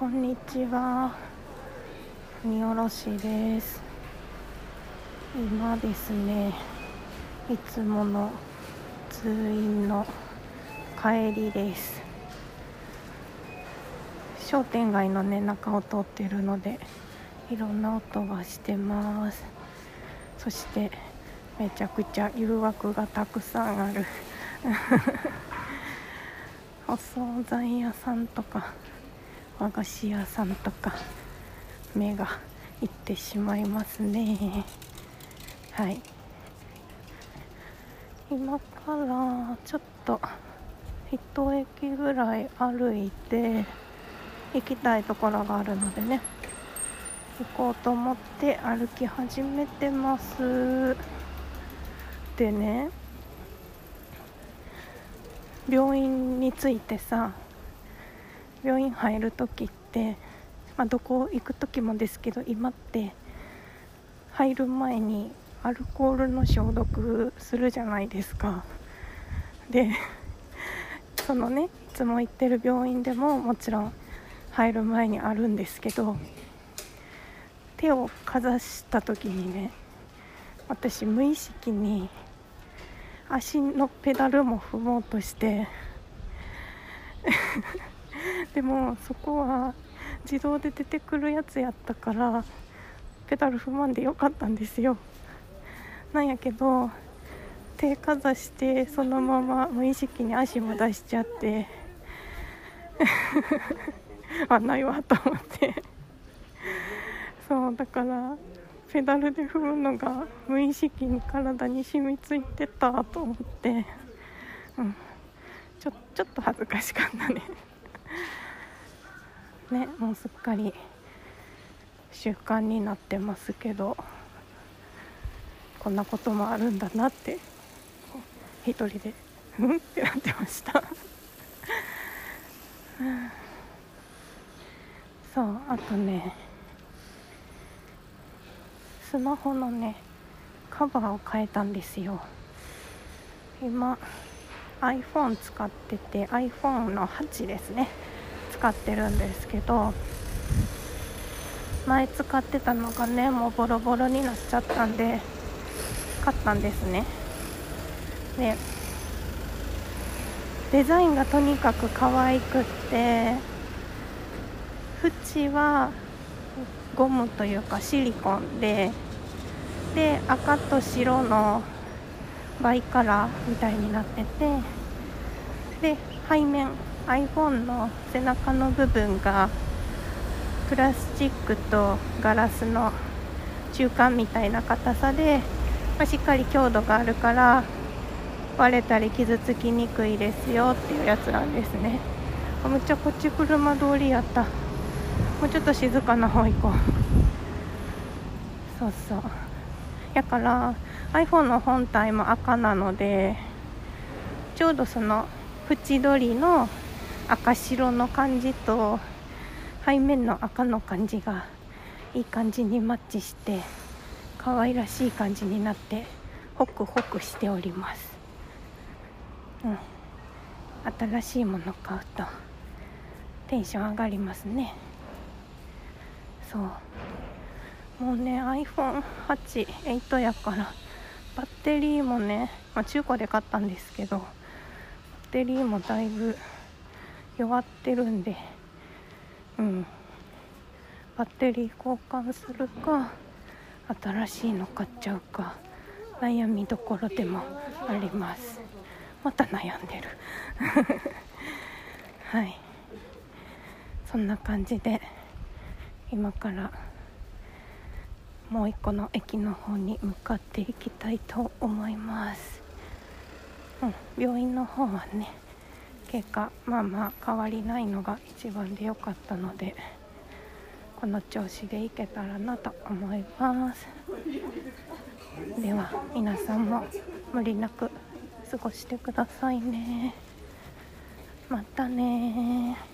こんにちは、荷下ろしです。今ですね、いつもの通院の帰りです。商店街の中を通っているのでいろんな音がしてます。そしてめちゃくちゃ誘惑がたくさんあるお惣菜屋さんとか和菓子屋さんとか目がいってしまいますね。はい、今からちょっと一駅ぐらい歩いて行きたいところがあるのでね、行こうと思って歩き始めてます。でね、病院に着いてさ、病院入るときって、どこ行くときもですけど、今って入る前にアルコールの消毒するじゃないですか。で、そのね、いつも行ってる病院でももちろん入る前にあるんですけど、手をかざした時にね、私無意識に足のペダルも踏もうとしてでもそこは自動で出てくるやつやったからペダル踏まんでよかったんですよ。なんやけど手かざしてそのまま無意識に足も出しちゃってないわと思ってそうだからペダルで踏むのが無意識に体に染みついてたと思って、ちょっと恥ずかしかったねね、もうすっかり習慣になってますけど、こんなこともあるんだなって一人でってなってましたそう、あとね、スマホのねカバーを変えたんですよ。今 iPhone 使ってて iPhone の8ですね使ってるんですけど、前使ってたのがねもうボロボロになっちゃったんで買ったんですね。でデザインがとにかく可愛くって、縁はゴムというかシリコンで赤と白のバイカラーみたいになってて、で背面 iPhone の背中の部分がプラスチックとガラスの中間みたいな硬さで、しっかり強度があるから割れたり傷つきにくいですよっていうやつなんですね。むっちゃこっち車通りやった。もうちょっと静かな方行こう。そうそう、だから iPhone の本体も赤なので、ちょうどその縁取りの赤白の感じと背面の赤の感じがいい感じにマッチして可愛らしい感じになってホクホクしております。新しいもの買うとテンション上がりますね。そう、もうね iPhone8、8やからバッテリーもね、中古で買ったんですけどバッテリーもだいぶ弱ってるんで、バッテリー交換するか新しいの買っちゃうか悩みどころでもあります。また悩んでるはい、そんな感じで今からもう一個の駅の方に向かっていきたいと思います。病院の方はね経過変わりないのが一番でよかったので、この調子でいけたらなと思います。では皆さんも無理なく過ごしてくださいね。またね。